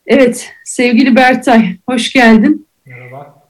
Evet, sevgili Bertay, hoş geldin. Merhaba.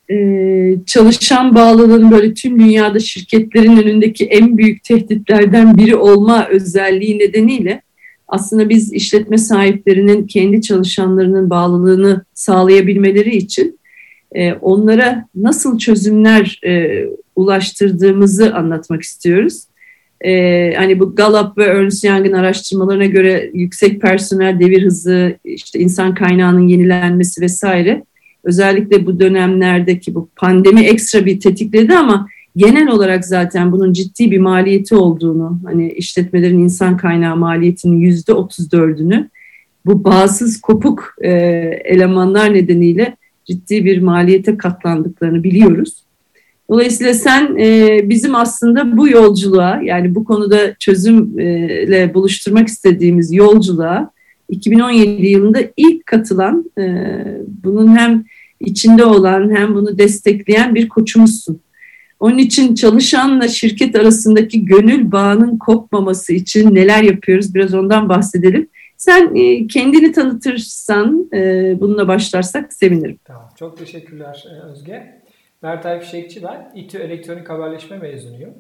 Çalışan bağlılığın böyle tüm dünyada şirketlerin önündeki en büyük tehditlerden biri olma özelliği nedeniyle aslında biz işletme sahiplerinin kendi çalışanlarının bağlılığını sağlayabilmeleri için onlara nasıl çözümler ulaştırdığımızı anlatmak istiyoruz. Hani bu Gallup ve Ernst Young'ın araştırmalarına göre yüksek personel devir hızı, işte insan kaynağının yenilenmesi vesaire özellikle bu dönemlerdeki bu pandemi ekstra bir tetikledi ama genel olarak zaten bunun ciddi bir maliyeti olduğunu, hani işletmelerin insan kaynağı maliyetinin %34'ünü bu bağımsız kopuk elemanlar nedeniyle ciddi bir maliyete katlandıklarını biliyoruz. Dolayısıyla sen bizim aslında bu yolculuğa, yani bu konuda çözümle buluşturmak istediğimiz yolculuğa 2017 yılında ilk katılan, bunun hem içinde olan hem bunu destekleyen bir koçumuzsun. Onun için çalışanla şirket arasındaki gönül bağının kopmaması için neler yapıyoruz, biraz ondan bahsedelim. Sen kendini tanıtırsan, bununla başlarsak sevinirim. Tamam. Çok teşekkürler Özge. Bertay Fişekçi ben. İTÜ Elektronik Haberleşme mezunuyum.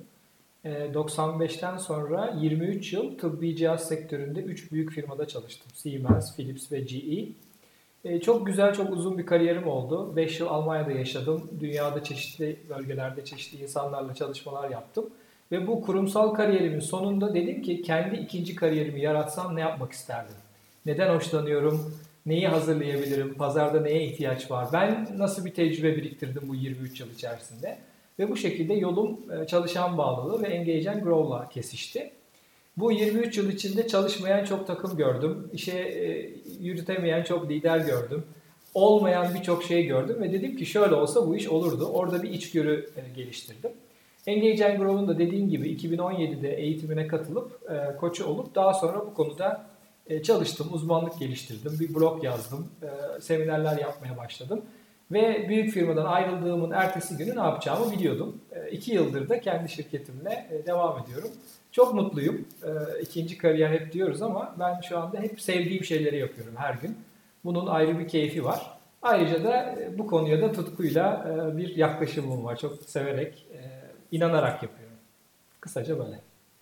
95'ten sonra 23 yıl tıbbi cihaz sektöründe 3 büyük firmada çalıştım. Siemens, Philips ve GE. Çok güzel, çok uzun bir kariyerim oldu. 5 yıl Almanya'da yaşadım. Dünyada çeşitli bölgelerde çeşitli insanlarla çalışmalar yaptım. Ve bu kurumsal kariyerimin sonunda dedim ki kendi ikinci kariyerimi yaratsam ne yapmak isterdim? Neden hoşlanıyorum? Neyi hazırlayabilirim? Pazarda neye ihtiyaç var? Ben nasıl bir tecrübe biriktirdim bu 23 yıl içerisinde? Ve bu şekilde yolum çalışan bağlılığı ve Engage and Grow'la kesişti. Bu 23 yıl içinde çalışmayan çok takım gördüm. İşe yürütemeyen çok lider gördüm. Olmayan birçok şey gördüm ve dedim ki şöyle olsa bu iş olurdu. Orada bir içgörü geliştirdim. Engage and Grow'un da dediğim gibi 2017'de eğitimine katılıp koçu olup daha sonra bu konuda çalıştım, uzmanlık geliştirdim, bir blog yazdım, seminerler yapmaya başladım. Ve büyük firmadan ayrıldığımın ertesi günü ne yapacağımı biliyordum. 2 yıldır da kendi şirketimle devam ediyorum. Çok mutluyum. İkinci kariyer hep diyoruz ama ben şu anda hep sevdiğim şeyleri yapıyorum her gün. Bunun ayrı bir keyfi var. Ayrıca da bu konuya da tutkuyla bir yaklaşımım var. Çok severek, inanarak yapıyorum. Kısaca böyle.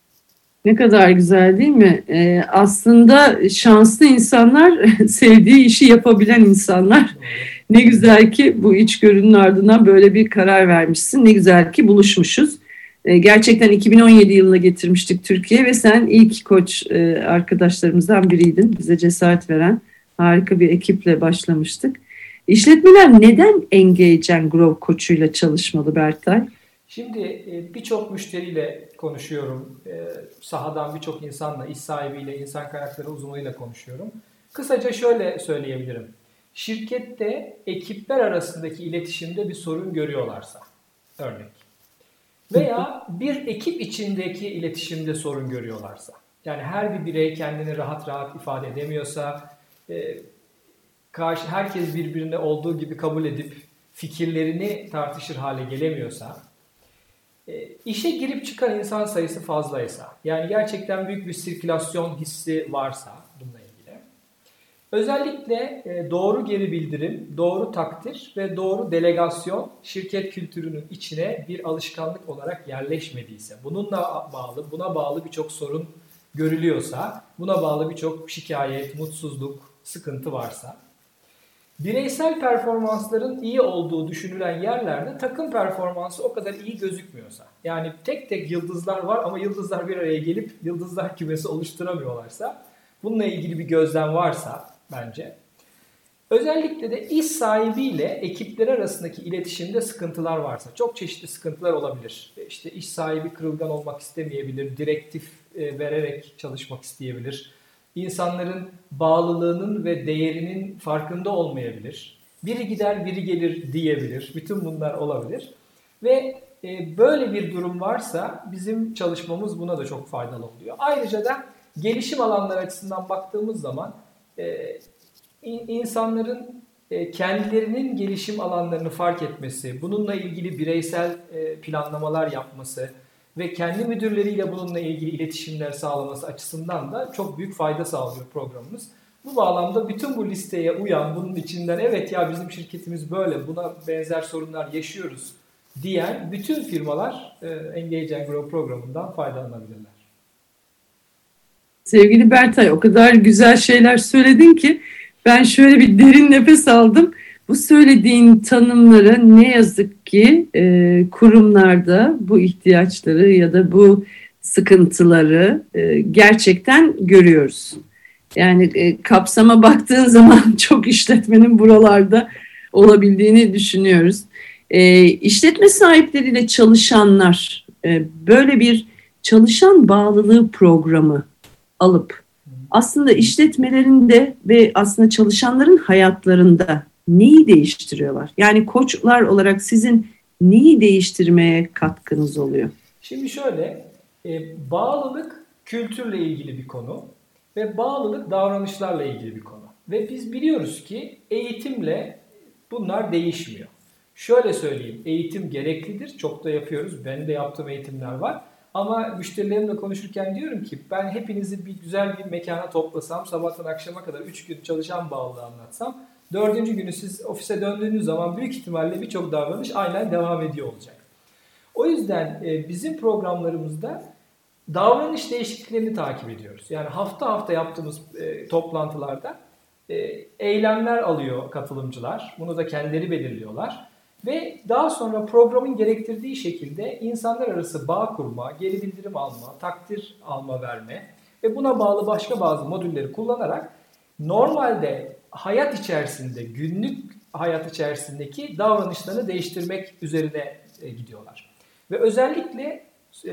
Ne kadar güzel değil mi? Aslında şanslı insanlar sevdiği işi yapabilen insanlar. Doğru. Ne güzel ki bu içgörünün ardından böyle bir karar vermişsin. Ne güzel ki buluşmuşuz. Gerçekten 2017 yılına getirmiştik Türkiye ve sen ilk koç arkadaşlarımızdan biriydin. Bize cesaret veren harika bir ekiple başlamıştık. İşletmeler neden Engage and Grow koçuyla çalışmalı Bertay? Şimdi birçok müşteriyle konuşuyorum. Sahadan birçok insanla, iş sahibiyle, insan kaynakları uzmanıyla konuşuyorum. Kısaca şöyle söyleyebilirim. Şirkette ekipler arasındaki iletişimde bir sorun görüyorlarsa, örnek. Veya bir ekip içindeki iletişimde sorun görüyorlarsa. Yani her bir birey kendini rahat rahat ifade edemiyorsa, e, herkes birbirine olduğu gibi kabul edip fikirlerini tartışır hale gelemiyorsa, işe girip çıkan insan sayısı fazlaysa, yani gerçekten büyük bir sirkülasyon hissi varsa bununla ilgili, özellikle doğru geri bildirim, doğru takdir ve doğru delegasyon şirket kültürünün içine bir alışkanlık olarak yerleşmediyse, buna bağlı birçok sorun görülüyorsa, buna bağlı birçok şikayet, mutsuzluk, sıkıntı varsa, bireysel performansların iyi olduğu düşünülen yerlerde takım performansı o kadar iyi gözükmüyorsa, yani tek tek yıldızlar var ama yıldızlar bir araya gelip yıldızlar kümesi oluşturamıyorlarsa, bununla ilgili bir gözlem varsa bence, özellikle de iş sahibiyle ekipler arasındaki iletişimde sıkıntılar varsa, çok çeşitli sıkıntılar olabilir. İşte iş sahibi kırılgan olmak istemeyebilir, direktif vererek çalışmak isteyebilir. İnsanların bağlılığının ve değerinin farkında olmayabilir. Biri gider, biri gelir diyebilir. Bütün bunlar olabilir. Ve böyle bir durum varsa bizim çalışmamız buna da çok faydalı oluyor. Ayrıca da gelişim alanları açısından baktığımız zaman insanların kendilerinin gelişim alanlarını fark etmesi, bununla ilgili bireysel planlamalar yapması ve kendi müdürleriyle bununla ilgili iletişimler sağlaması açısından da çok büyük fayda sağlıyor programımız. Bu bağlamda bütün bu listeye uyan, bunun içinden evet ya bizim şirketimiz böyle, buna benzer sorunlar yaşıyoruz diyen bütün firmalar Engage and Grow programından faydalanabilirler. Sevgili Bertay, o kadar güzel şeyler söyledin ki ben şöyle bir derin nefes aldım. Bu söylediğin tanımları ne yazık ki kurumlarda bu ihtiyaçları ya da bu sıkıntıları gerçekten görüyoruz. Yani kapsama baktığın zaman çok işletmenin buralarda olabildiğini düşünüyoruz. İşletme sahipleriyle çalışanlar böyle bir çalışan bağlılığı programı alıp aslında işletmelerinde ve aslında çalışanların hayatlarında neyi değiştiriyorlar? Yani koçlar olarak sizin neyi değiştirmeye katkınız oluyor? Şimdi şöyle, bağlılık kültürle ilgili bir konu ve bağlılık davranışlarla ilgili bir konu. Ve biz biliyoruz ki eğitimle bunlar değişmiyor. Şöyle söyleyeyim, eğitim gereklidir, çok da yapıyoruz, benim de yaptığım eğitimler var. Ama müşterilerimle konuşurken diyorum ki ben hepinizi bir güzel bir mekana toplasam, sabahtan akşama kadar 3 gün çalışan bağlılığı anlatsam, 4. günü siz ofise döndüğünüz zaman büyük ihtimalle birçok davranış aynen devam ediyor olacak. O yüzden bizim programlarımızda davranış değişikliklerini takip ediyoruz. Yani hafta hafta yaptığımız toplantılarda eylemler alıyor katılımcılar. Bunu da kendileri belirliyorlar. Ve daha sonra programın gerektirdiği şekilde insanlar arası bağ kurma, geri bildirim alma, takdir alma verme ve buna bağlı başka bazı modülleri kullanarak normalde hayat içerisinde, günlük hayat içerisindeki davranışlarını değiştirmek üzerine gidiyorlar. Ve özellikle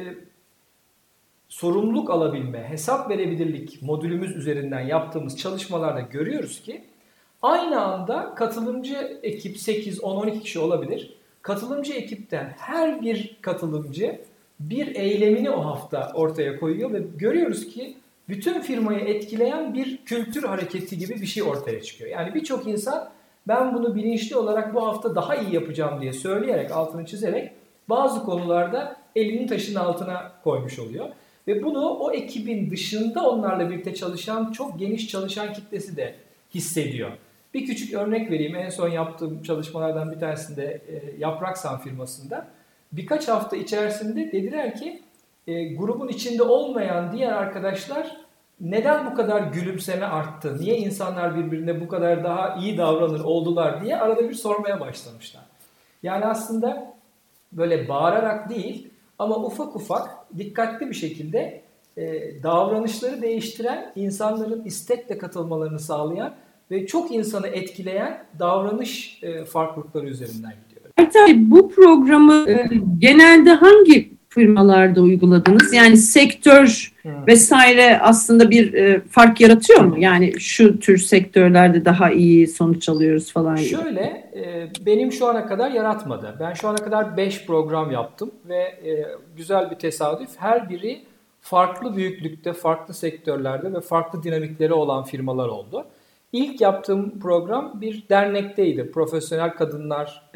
sorumluluk alabilme, hesap verebilirlik modülümüz üzerinden yaptığımız çalışmalarda görüyoruz ki aynı anda katılımcı ekip 8, 10, 12 kişi olabilir. Katılımcı ekipten her bir katılımcı bir eylemini o hafta ortaya koyuyor ve görüyoruz ki bütün firmayı etkileyen bir kültür hareketi gibi bir şey ortaya çıkıyor. Yani birçok insan ben bunu bilinçli olarak bu hafta daha iyi yapacağım diye söyleyerek, altını çizerek bazı konularda elini taşın altına koymuş oluyor. Ve bunu o ekibin dışında onlarla birlikte çalışan çok geniş çalışan kitlesi de hissediyor. Bir küçük örnek vereyim. En son yaptığım çalışmalardan bir tanesinde Yapraksan firmasında birkaç hafta içerisinde dediler ki grubun içinde olmayan diğer arkadaşlar neden bu kadar gülümseme arttı? Niye insanlar birbirine bu kadar daha iyi davranır oldular diye arada bir sormaya başlamışlar. Yani aslında böyle bağırarak değil ama ufak ufak dikkatli bir şekilde davranışları değiştiren, insanların istekle katılmalarını sağlayan ve çok insanı etkileyen davranış farklılıkları üzerinden gidiyor. Ertay, bu programı genelde hangi firmalarda uyguladınız? Yani sektör vesaire aslında bir fark yaratıyor mu? Yani şu tür sektörlerde daha iyi sonuç alıyoruz falan gibi. Şöyle, benim şu ana kadar yaratmadı. Ben şu ana kadar 5 program yaptım ve güzel bir tesadüf. Her biri farklı büyüklükte, farklı sektörlerde ve farklı dinamikleri olan firmalar oldu. İlk yaptığım program bir dernekteydi. Profesyonel Kadınlar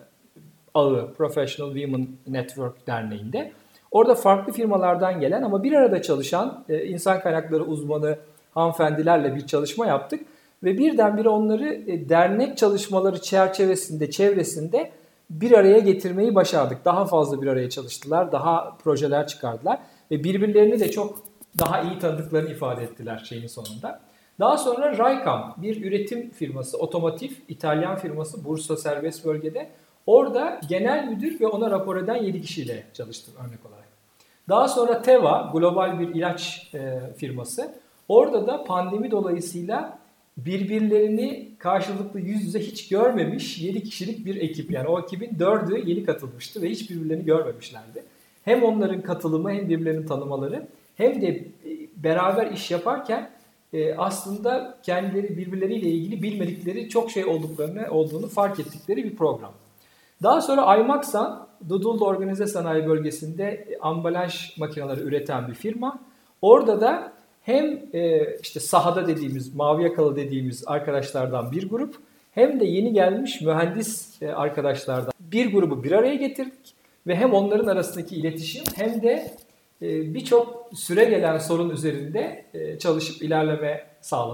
Ağı, Professional Women Network Derneği'nde. Orada farklı firmalardan gelen ama bir arada çalışan insan kaynakları uzmanı hanımefendilerle bir çalışma yaptık. Ve birdenbire onları dernek çalışmaları çevresinde bir araya getirmeyi başardık. Daha fazla bir araya çalıştılar, daha projeler çıkardılar ve birbirlerini de çok daha iyi tanıdıklarını ifade ettiler şeyin sonunda. Daha sonra Raycam, bir üretim firması, otomotiv, İtalyan firması Bursa serbest bölgede. Orada genel müdür ve ona rapor eden 7 kişiyle çalıştım örnek olarak. Daha sonra Teva, global bir ilaç firması. Orada da pandemi dolayısıyla birbirlerini karşılıklı yüz yüze hiç görmemiş 7 kişilik bir ekip. Yani o ekibin 4'ü yeni katılmıştı ve hiç birbirlerini görmemişlerdi. Hem onların katılımı hem birbirlerini tanımaları hem de beraber iş yaparken aslında kendileri birbirleriyle ilgili bilmedikleri çok şey olduğunu fark ettikleri bir program. Daha sonra IMAXAN, Dudullu Organize Sanayi Bölgesi'nde ambalaj makineleri üreten bir firma. Orada da hem işte sahada dediğimiz, mavi yakalı dediğimiz arkadaşlardan bir grup hem de yeni gelmiş mühendis arkadaşlardan bir grubu bir araya getirdik. Ve hem onların arasındaki iletişim hem de birçok süre gelen sorun üzerinde çalışıp ilerleme sağladık.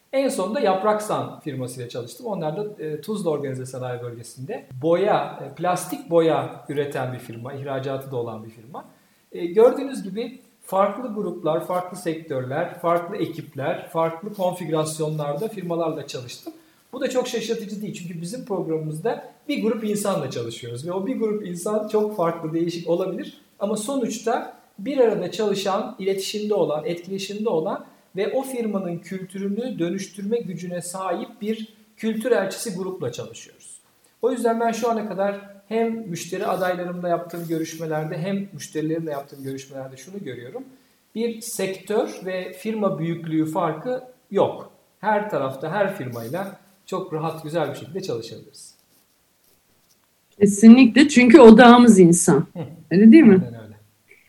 En sonunda Yapraksan firmasıyla çalıştım. Onlar da Tuzla Organize Sanayi Bölgesi'nde plastik boya üreten bir firma, ihracatı da olan bir firma. Gördüğünüz gibi farklı gruplar, farklı sektörler, farklı ekipler, farklı konfigürasyonlarda firmalarla çalıştım. Bu da çok şaşırtıcı değil çünkü bizim programımızda bir grup insanla çalışıyoruz ve o bir grup insan çok farklı, değişik olabilir ama sonuçta bir arada çalışan, iletişimde olan, etkileşimde olan ve o firmanın kültürünü dönüştürme gücüne sahip bir kültür elçisi grupla çalışıyoruz. O yüzden ben şu ana kadar hem müşteri adaylarımla yaptığım görüşmelerde hem müşterilerimle yaptığım görüşmelerde şunu görüyorum. Bir sektör ve firma büyüklüğü farkı yok. Her tarafta, her firmayla çok rahat, güzel bir şekilde çalışabiliriz. Kesinlikle, çünkü odağımız insan. Öyle değil mi? Aynen öyle.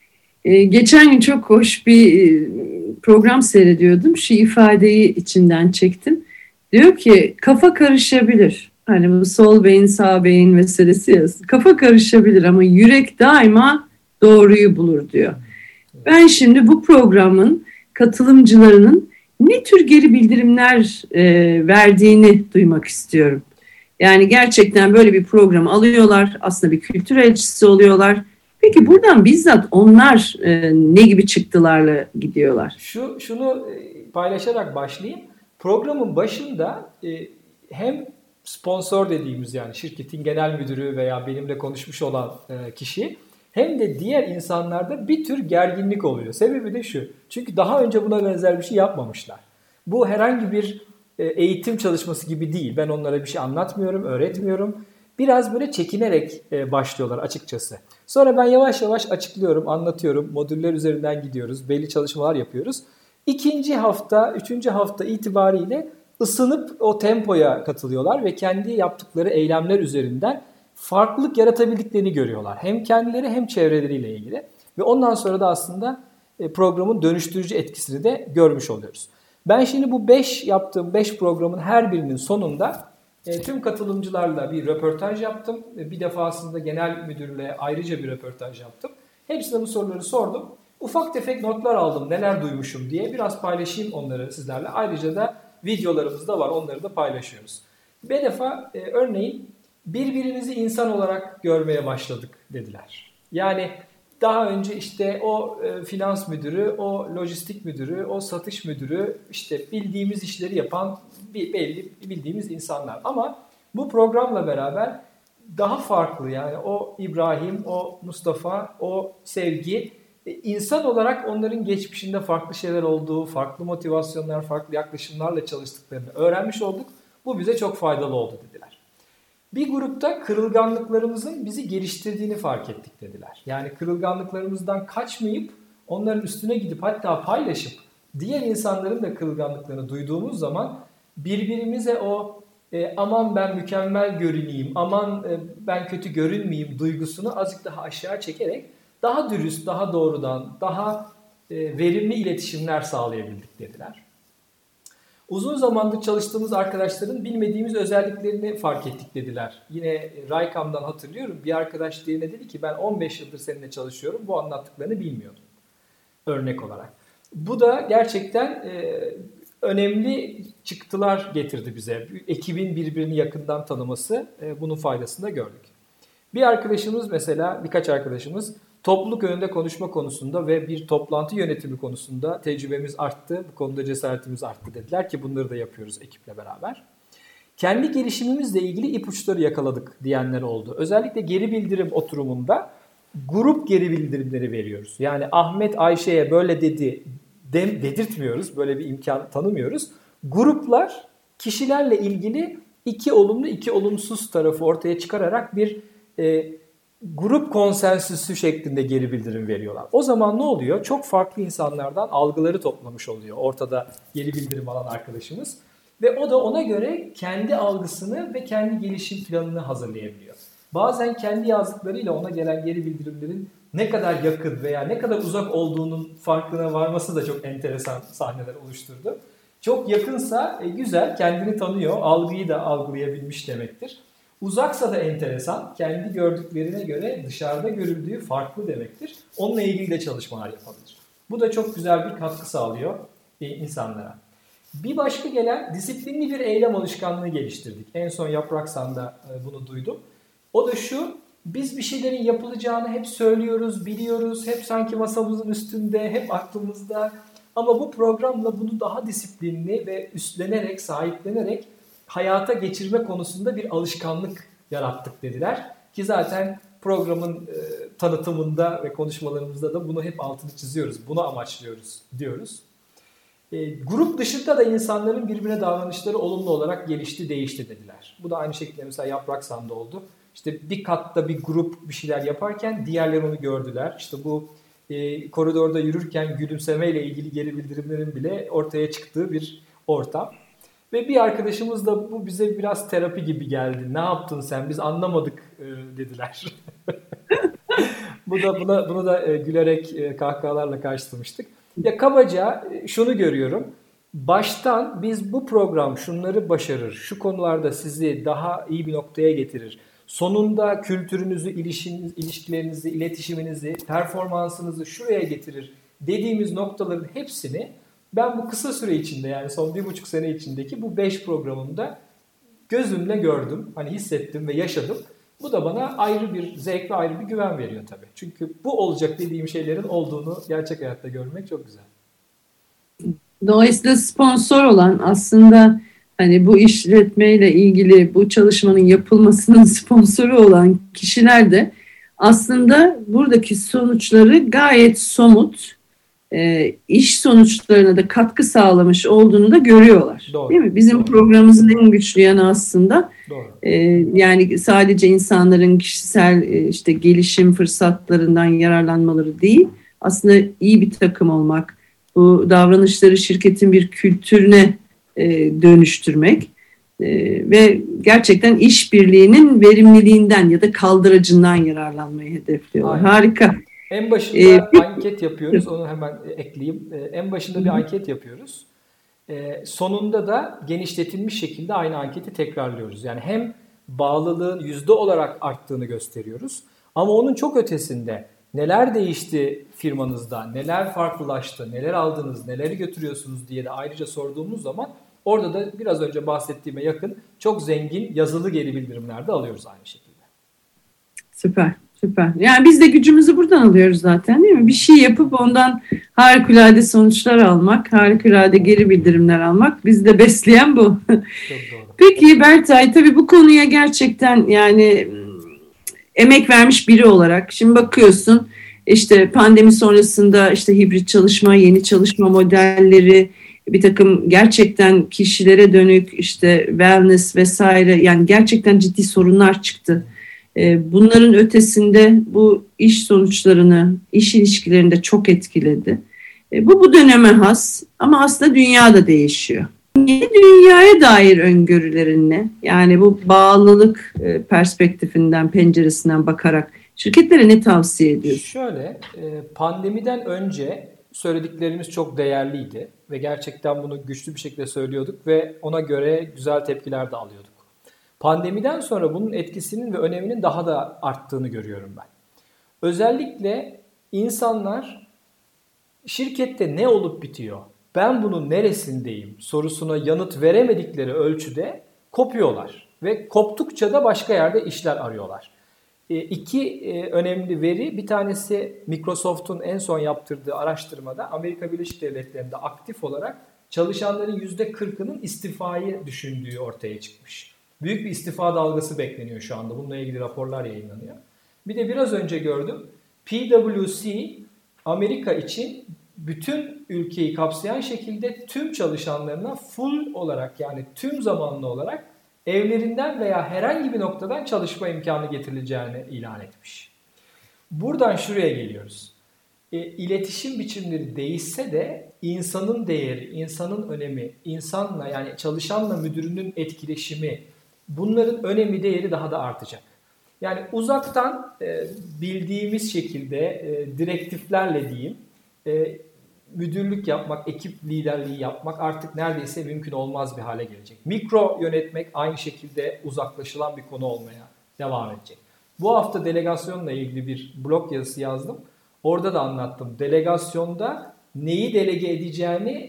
Geçen gün çok hoş bir program seyrediyordum. Şu ifadeyi içinden çektim. Diyor ki kafa karışabilir. Hani bu sol beyin sağ beyin meselesi ya. Kafa karışabilir ama yürek daima doğruyu bulur diyor. Ben şimdi bu programın katılımcılarının ne tür geri bildirimler verdiğini duymak istiyorum. Yani gerçekten böyle bir program alıyorlar. Aslında bir kültür elçisi oluyorlar. Peki buradan bizzat onlar ne gibi çıktılarla gidiyorlar? Şunu paylaşarak başlayayım. Programın başında hem sponsor dediğimiz yani şirketin genel müdürü veya benimle konuşmuş olan kişi hem de diğer insanlarda bir tür gerginlik oluyor. Sebebi de şu. Çünkü daha önce buna benzer bir şey yapmamışlar. Bu herhangi bir eğitim çalışması gibi değil. Ben onlara bir şey anlatmıyorum, öğretmiyorum. Biraz böyle çekinerek başlıyorlar açıkçası. Sonra ben yavaş yavaş açıklıyorum, anlatıyorum. Modüller üzerinden gidiyoruz. Belli çalışmalar yapıyoruz. İkinci hafta, üçüncü hafta itibariyle ısınıp o tempoya katılıyorlar ve kendi yaptıkları eylemler üzerinden farklılık yaratabildiklerini görüyorlar. Hem kendileri hem çevreleriyle ilgili. Ve ondan sonra da aslında programın dönüştürücü etkisini de görmüş oluyoruz. Ben şimdi bu yaptığım 5 programın her birinin sonunda tüm katılımcılarla bir röportaj yaptım. Bir defasında genel müdürle ayrıca bir röportaj yaptım. Hepsine bu soruları sordum. Ufak tefek notlar aldım, neler duymuşum diye. Biraz paylaşayım onları sizlerle. Ayrıca da videolarımız da var, onları da paylaşıyoruz. Bir defa örneğin birbirimizi insan olarak görmeye başladık dediler. Yani daha önce işte o finans müdürü, o lojistik müdürü, o satış müdürü, işte bildiğimiz işleri yapan bildiğimiz insanlar. Ama bu programla beraber daha farklı, yani o İbrahim, o Mustafa, o Sevgi, insan olarak onların geçmişinde farklı şeyler olduğu, farklı motivasyonlar, farklı yaklaşımlarla çalıştıklarını öğrenmiş olduk. Bu bize çok faydalı oldu dediler. Bir grupta kırılganlıklarımızın bizi geliştirdiğini fark ettik dediler. Yani kırılganlıklarımızdan kaçmayıp onların üstüne gidip hatta paylaşıp diğer insanların da kırılganlıklarını duyduğumuz zaman birbirimize o aman ben mükemmel görüneyim, aman ben kötü görünmeyeyim duygusunu azıcık daha aşağı çekerek daha dürüst, daha doğrudan, daha verimli iletişimler sağlayabildik dediler. Uzun zamandır çalıştığımız arkadaşların bilmediğimiz özelliklerini fark ettik dediler. Yine Raykam'dan hatırlıyorum, bir arkadaş diğerine dedi ki ben 15 yıldır seninle çalışıyorum, bu anlattıklarını bilmiyordum örnek olarak. Bu da gerçekten önemli çıktılar getirdi bize. Ekibin birbirini yakından tanıması, bunun faydasını da gördük. Bir arkadaşımız mesela, birkaç arkadaşımız topluluk önünde konuşma konusunda ve bir toplantı yönetimi konusunda tecrübemiz arttı. Bu konuda cesaretimiz arttı dediler ki bunları da yapıyoruz ekiple beraber. Kendi gelişimimizle ilgili ipuçları yakaladık diyenler oldu. Özellikle geri bildirim oturumunda grup geri bildirimleri veriyoruz. Yani Ahmet Ayşe'ye böyle dedi dedirtmiyoruz. Böyle bir imkan tanımıyoruz. Gruplar kişilerle ilgili iki olumlu iki olumsuz tarafı ortaya çıkararak bir grup konsensüsü şeklinde geri bildirim veriyorlar. O zaman ne oluyor? Çok farklı insanlardan algıları toplamış oluyor ortada geri bildirim alan arkadaşımız. Ve o da ona göre kendi algısını ve kendi gelişim planını hazırlayabiliyor. Bazen kendi yazdıklarıyla ona gelen geri bildirimlerin ne kadar yakın veya ne kadar uzak olduğunun farkına varması da çok enteresan sahneler oluşturdu. Çok yakınsa güzel, kendini tanıyor, algıyı da algılayabilmiş demektir. Uzaksa da enteresan, kendi gördüklerine göre dışarıda görüldüğü farklı demektir. Onunla ilgili de çalışmalar yapabilir. Bu da çok güzel bir katkı sağlıyor insanlara. Bir başka gelen disiplinli bir eylem alışkanlığı geliştirdik. En son Yapraksan'da bunu duydum. O da şu, biz bir şeylerin yapılacağını hep söylüyoruz, biliyoruz, hep sanki masamızın üstünde, hep aklımızda. Ama bu programla bunu daha disiplinli ve üstlenerek, sahiplenerek hayata geçirme konusunda bir alışkanlık yarattık dediler. Ki zaten programın tanıtımında ve konuşmalarımızda da bunu hep altını çiziyoruz, bunu amaçlıyoruz diyoruz. Grup dışında da insanların birbirine davranışları olumlu olarak gelişti, değişti dediler. Bu da aynı şekilde mesela Yapraksan'da oldu. İşte bir katta bir grup bir şeyler yaparken diğerleri onu gördüler. İşte bu koridorda yürürken gülümsemeyle ilgili geri bildirimlerin bile ortaya çıktığı bir ortam. Ve bir arkadaşımız da bu bize biraz terapi gibi geldi. Ne yaptın sen? Biz anlamadık dediler. Bunu da gülerek kahkahalarla karşılamıştık. Ya kabaca şunu görüyorum. Baştan biz bu program şunları başarır, şu konularda sizi daha iyi bir noktaya getirir. Sonunda kültürünüzü, ilişkilerinizi, iletişiminizi, performansınızı şuraya getirir dediğimiz noktaların hepsini ben bu kısa süre içinde, yani son 1,5 sene içindeki bu 5 programımda gözümle gördüm, hani hissettim ve yaşadım. Bu da bana ayrı bir zevk ve ayrı bir güven veriyor tabii. Çünkü bu olacak dediğim şeylerin olduğunu gerçek hayatta görmek çok güzel. Dolayısıyla sponsor olan, aslında hani bu işletmeyle ilgili bu çalışmanın yapılmasının sponsoru olan kişiler de aslında buradaki sonuçları gayet somut, iş sonuçlarına da katkı sağlamış olduğunu da görüyorlar. Doğru. Değil mi? Bizim programımızın en güçlü yanı aslında yani sadece insanların kişisel işte gelişim fırsatlarından yararlanmaları değil, aslında iyi bir takım olmak, bu davranışları şirketin bir kültürüne dönüştürmek ve gerçekten işbirliğinin verimliliğinden ya da kaldıracından yararlanmayı hedefliyorlar. Aynen. Harika. En başında anket yapıyoruz, onu hemen ekleyeyim. En başında bir anket yapıyoruz. Sonunda da genişletilmiş şekilde aynı anketi tekrarlıyoruz. Yani hem bağlılığın yüzde olarak arttığını gösteriyoruz ama onun çok ötesinde neler değişti firmanızda, neler farklılaştı, neler aldınız, neleri götürüyorsunuz diye de ayrıca sorduğumuz zaman orada da biraz önce bahsettiğime yakın çok zengin yazılı geri bildirimler de alıyoruz aynı şekilde. Süper. Süper. Yani biz de gücümüzü buradan alıyoruz zaten, değil mi? Bir şey yapıp ondan harikulade sonuçlar almak, harikulade geri bildirimler almak bizi de besleyen bu. Çok doğru. Peki Bertay, tabii bu konuya gerçekten yani emek vermiş biri olarak şimdi bakıyorsun, işte pandemi sonrasında işte hibrit çalışma, yeni çalışma modelleri, bir takım gerçekten kişilere dönük işte wellness vesaire, yani gerçekten ciddi sorunlar çıktı. Bunların ötesinde bu iş sonuçlarını, iş ilişkilerini de çok etkiledi. Bu döneme has ama aslında dünya da değişiyor. Yeni dünyaya dair öngörülerin ne? Yani bu bağlılık perspektifinden, penceresinden bakarak şirketlere ne tavsiye ediyorsun? Şöyle, pandemiden önce söylediklerimiz çok değerliydi ve gerçekten bunu güçlü bir şekilde söylüyorduk ve ona göre güzel tepkiler de alıyorduk. Pandemiden sonra bunun etkisinin ve öneminin daha da arttığını görüyorum ben. Özellikle insanlar şirkette ne olup bitiyor, ben bunun neresindeyim sorusuna yanıt veremedikleri ölçüde kopuyorlar. Ve koptukça da başka yerde işler arıyorlar. İki önemli veri, bir tanesi Microsoft'un en son yaptırdığı araştırmada Amerika Birleşik Devletleri'nde aktif olarak çalışanların %40'ının istifayı düşündüğü ortaya çıkmış. Büyük bir istifa dalgası bekleniyor şu anda. Bununla ilgili raporlar yayınlanıyor. Bir de biraz önce gördüm. PwC Amerika için bütün ülkeyi kapsayan şekilde tüm çalışanlarına full olarak, yani tüm zamanlı olarak evlerinden veya herhangi bir noktadan çalışma imkanı getirileceğini ilan etmiş. Buradan şuraya geliyoruz. İletişim biçimleri değişse de insanın değeri, insanın önemi, insanla yani çalışanla müdürünün etkileşimi, bunların önemi, değeri daha da artacak. Yani uzaktan bildiğimiz şekilde direktiflerle diyeyim, müdürlük yapmak, ekip liderliği yapmak artık neredeyse mümkün olmaz bir hale gelecek. Mikro yönetmek aynı şekilde uzaklaşılan bir konu olmaya devam edecek. Bu hafta delegasyonla ilgili bir blog yazısı yazdım. Orada da anlattım. Delegasyonda neyi delege edeceğini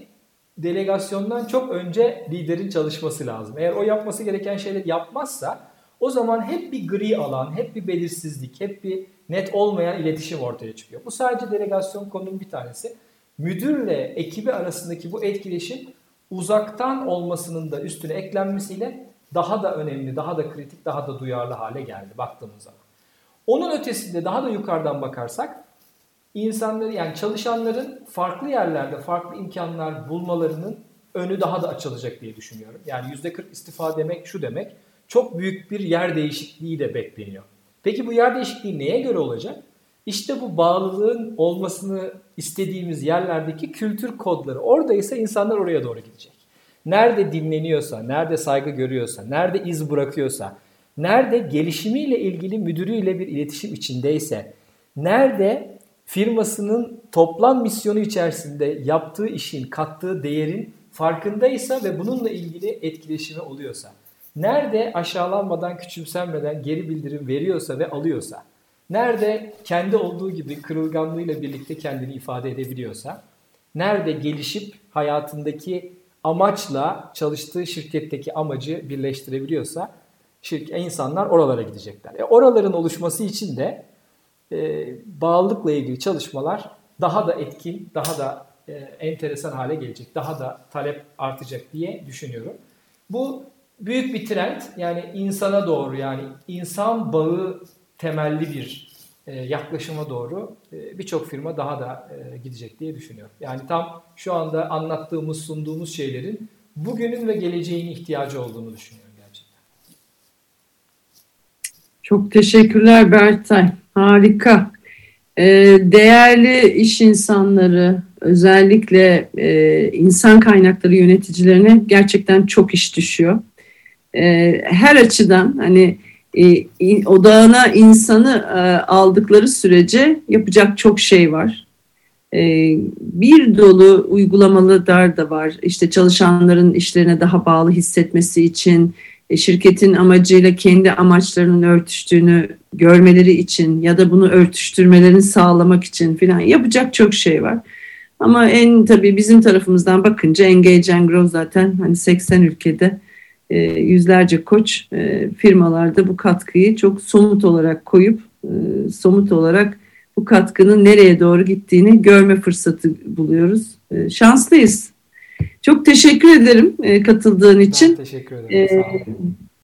delegasyondan çok önce liderin çalışması lazım. Eğer o yapması gereken şeyleri yapmazsa o zaman hep bir gri alan, hep bir belirsizlik, hep bir net olmayan iletişim ortaya çıkıyor. Bu sadece delegasyon konunun bir tanesi. Müdürle ekibi arasındaki bu etkileşim uzaktan olmasının da üstüne eklenmesiyle daha da önemli, daha da kritik, daha da duyarlı hale geldi baktığımız zaman. Onun ötesinde daha da yukarıdan bakarsak insanları, yani çalışanların farklı yerlerde farklı imkanlar bulmalarının önü daha da açılacak diye düşünüyorum. Yani %40 istifa demek şu demek, çok büyük bir yer değişikliği de bekleniyor. Peki bu yer değişikliği neye göre olacak? İşte bu bağlılığın olmasını istediğimiz yerlerdeki kültür kodları. Oradaysa insanlar oraya doğru gidecek. Nerede dinleniyorsa, nerede saygı görüyorsa, nerede iz bırakıyorsa, nerede gelişimiyle ilgili müdürüyle bir iletişim içindeyse, nerede firmasının toplam misyonu içerisinde yaptığı işin, kattığı değerin farkındaysa ve bununla ilgili etkileşimi oluyorsa, nerede aşağılanmadan, küçümsenmeden geri bildirim veriyorsa ve alıyorsa, nerede kendi olduğu gibi kırılganlığıyla birlikte kendini ifade edebiliyorsa, nerede gelişip hayatındaki amaçla çalıştığı şirketteki amacı birleştirebiliyorsa insanlar oralara gidecekler. Oraların oluşması için de bağlılıkla ilgili çalışmalar daha da etkin, daha da enteresan hale gelecek, daha da talep artacak diye düşünüyorum. Bu büyük bir trend, yani insana doğru, yani insan bağı temelli bir yaklaşıma doğru birçok firma daha da gidecek diye düşünüyorum. Yani tam şu anda anlattığımız, sunduğumuz şeylerin bugünün ve geleceğin ihtiyacı olduğunu düşünüyorum gerçekten. Çok teşekkürler Bertay. Harika. Değerli iş insanları, özellikle insan kaynakları yöneticilerine gerçekten çok iş düşüyor. Her açıdan hani odağına insanı aldıkları sürece yapacak çok şey var. Bir dolu uygulamalar da var. İşte çalışanların işlerine daha bağlı hissetmesi için, şirketin amacıyla kendi amaçlarının örtüştüğünü görmeleri için ya da bunu örtüştürmelerini sağlamak için filan yapacak çok şey var. Ama tabii bizim tarafımızdan bakınca Engage and Grow zaten hani 80 ülkede yüzlerce koç firmalarda bu katkıyı çok somut olarak koyup somut olarak bu katkının nereye doğru gittiğini görme fırsatı buluyoruz. Şanslıyız. Çok teşekkür ederim katıldığın için. Ben teşekkür ederim. Sağ olun.